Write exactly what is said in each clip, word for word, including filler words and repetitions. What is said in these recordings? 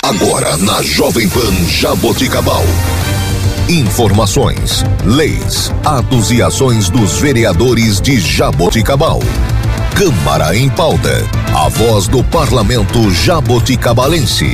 Agora na Jovem Pan Jaboticabal. Informações, leis, atos e ações dos vereadores de Jaboticabal. Câmara em Pauta. A voz do parlamento jaboticabalense.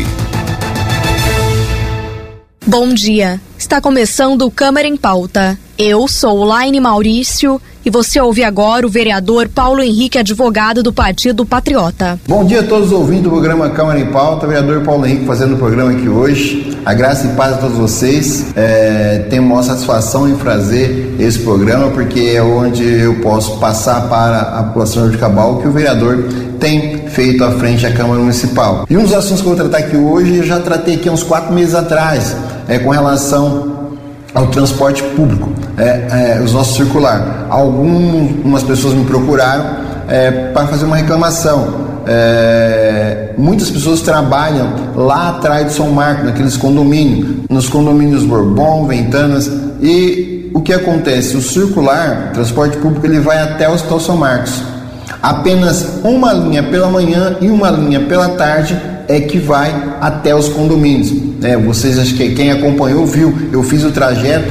Bom dia. Está começando o Câmara em Pauta. Eu sou Laine Maurício e você ouve agora o vereador Paulo Henrique, advogado do Partido Patriota. Bom dia a todos ouvindo do programa Câmara em Pauta. Vereador Paulo Henrique fazendo o programa aqui hoje. A graça e paz a todos vocês. É, tenho maior satisfação em fazer esse programa porque é onde eu posso passar para a população de Jaboticabal que o vereador tem feito à frente da Câmara Municipal. E um dos assuntos que eu vou tratar aqui hoje, eu já tratei aqui há uns quatro meses atrás, é com relação ao transporte público, é, é, os nossos circular. Algumas pessoas me procuraram é, para fazer uma reclamação. É, muitas pessoas trabalham lá atrás de São Marcos, naqueles condomínios, nos condomínios Bourbon, Ventanas, e o que acontece? O circular, o transporte público, ele vai até o Hospital São Marcos. Apenas uma linha pela manhã e uma linha pela tarde é que vai até os condomínios. É, vocês, acho que quem acompanhou viu, eu fiz o trajeto,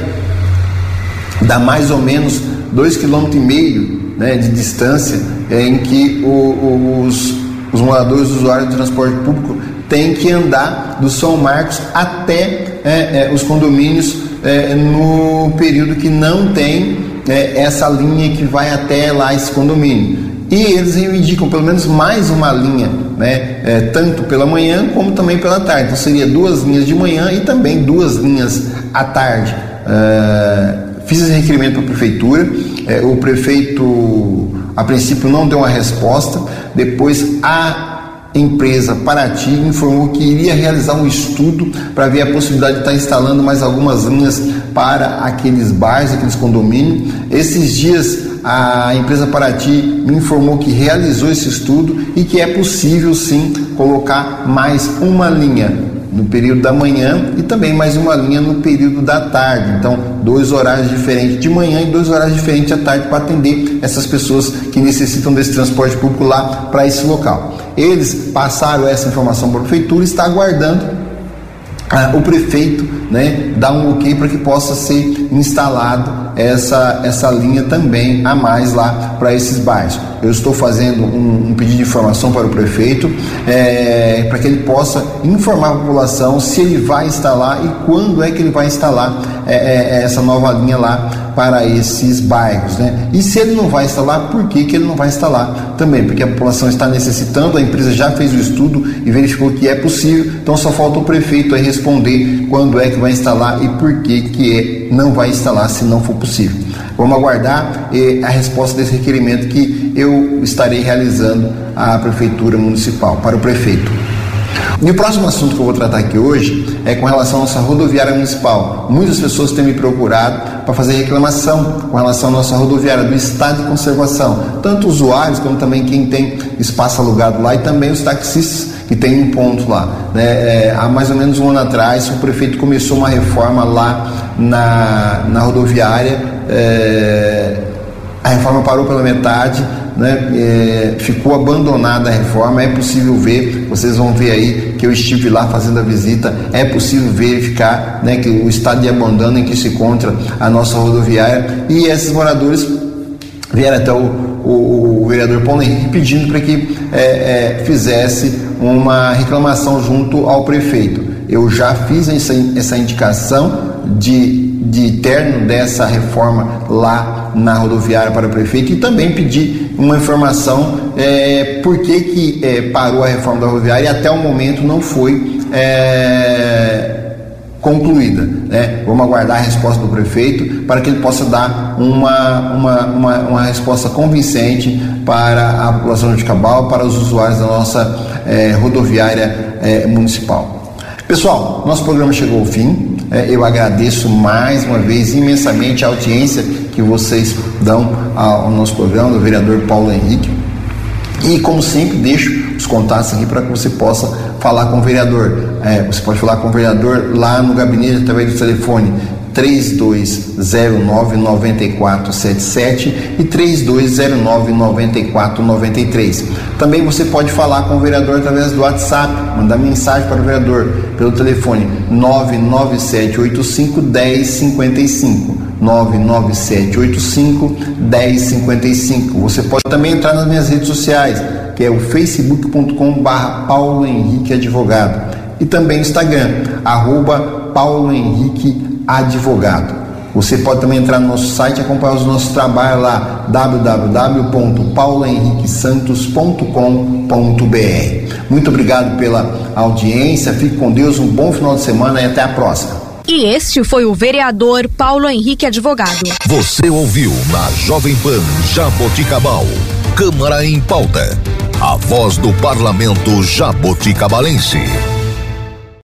dá mais ou menos dois quilômetros e meio, né, de distância, é, em que o, o, os, os moradores, os usuários do transporte público têm que andar do São Marcos até é, é, os condomínios é, no período que não tem é, essa linha que vai até lá esse condomínio. E eles reivindicam pelo menos mais uma linha, né? É, tanto pela manhã como também pela tarde. Então seria duas linhas de manhã e também duas linhas à tarde. Uh, fiz esse requerimento para a prefeitura. É, o prefeito, a princípio, não deu uma resposta. Depois a empresa Paraty informou que iria realizar um estudo para ver a possibilidade de estar instalando mais algumas linhas para aqueles bairros, aqueles condomínios. Esses dias a empresa Paraty me informou que realizou esse estudo e que é possível sim colocar mais uma linha no período da manhã e também mais uma linha no período da tarde. Então, dois horários diferentes de manhã e dois horários diferentes à tarde para atender essas pessoas que necessitam desse transporte público lá para esse local. Eles passaram essa informação para a prefeitura e está aguardando ah, o prefeito, né, dar um ok para que possa ser instalado essa, essa linha também a mais lá para esses bairros. Eu estou fazendo um, um pedido de informação para o prefeito é, para que ele possa informar a população se ele vai instalar e quando é que ele vai instalar é, é, essa nova linha lá para esses bairros, né? E se ele não vai instalar, por que que ele não vai instalar também? Porque a população está necessitando, a empresa já fez o estudo e verificou que é possível, então só falta o prefeito aí responder quando é que vai instalar e por que que é, não vai instalar se não for possível. Vamos aguardar eh, a resposta desse requerimento que eu estarei realizando à Prefeitura Municipal, para o prefeito. E o próximo assunto que eu vou tratar aqui hoje é com relação à nossa rodoviária municipal. Muitas pessoas têm me procurado para fazer reclamação com relação à nossa rodoviária do estado de conservação, tanto usuários como também quem tem espaço alugado lá e também os taxistas que tem um ponto lá, né? É, há mais ou menos um ano atrás o prefeito começou uma reforma lá na, na rodoviária, é, a reforma parou pela metade, né? É, ficou abandonada a reforma. É possível ver, vocês vão ver aí que eu estive lá fazendo a visita, é possível verificar, né, que o estado de abandono em que se encontra a nossa rodoviária, e esses moradores vieram até o, o, o vereador Paulo Henrique pedindo para que é, é, fizesse uma reclamação junto ao prefeito. Eu já fiz essa, essa indicação de, de término dessa reforma lá na rodoviária para o prefeito e também pedi uma informação é, por que que é, parou a reforma da rodoviária e até o momento não foi é, concluída, né? Vamos aguardar a resposta do prefeito para que ele possa dar uma, uma, uma, uma resposta convincente para a população de Jaboticabal, para os usuários da nossa é, rodoviária é, municipal. Pessoal, nosso programa chegou ao fim. É, eu agradeço mais uma vez imensamente a audiência que vocês dão ao nosso programa, do vereador Paulo Henrique. E, como sempre, deixo os contatos aqui para que você possa falar com o vereador. É, você pode falar com o vereador lá no gabinete através do telefone três dois zero nove, nove quatro sete sete e três dois zero nove, nove quatro nove três. Também você pode falar com o vereador através do WhatsApp, mandar mensagem para o vereador pelo telefone nove nove sete oito cinco, um zero cinco cinco, nove nove sete oito cinco, um zero cinco cinco. Você pode também entrar nas minhas redes sociais, que é o facebook ponto com barra Paulo Henrique Advogado, e também no Instagram, arroba Paulo Henrique Advogado. Você pode também entrar no nosso site e acompanhar os nossos trabalhos lá, w w w ponto paulo henrique santos ponto com ponto b r. Muito obrigado pela audiência, fique com Deus, um bom final de semana e até a próxima. E este foi o vereador Paulo Henrique Advogado. Você ouviu na Jovem Pan Jaboticabal, Câmara em Pauta, a voz do parlamento jaboticabalense.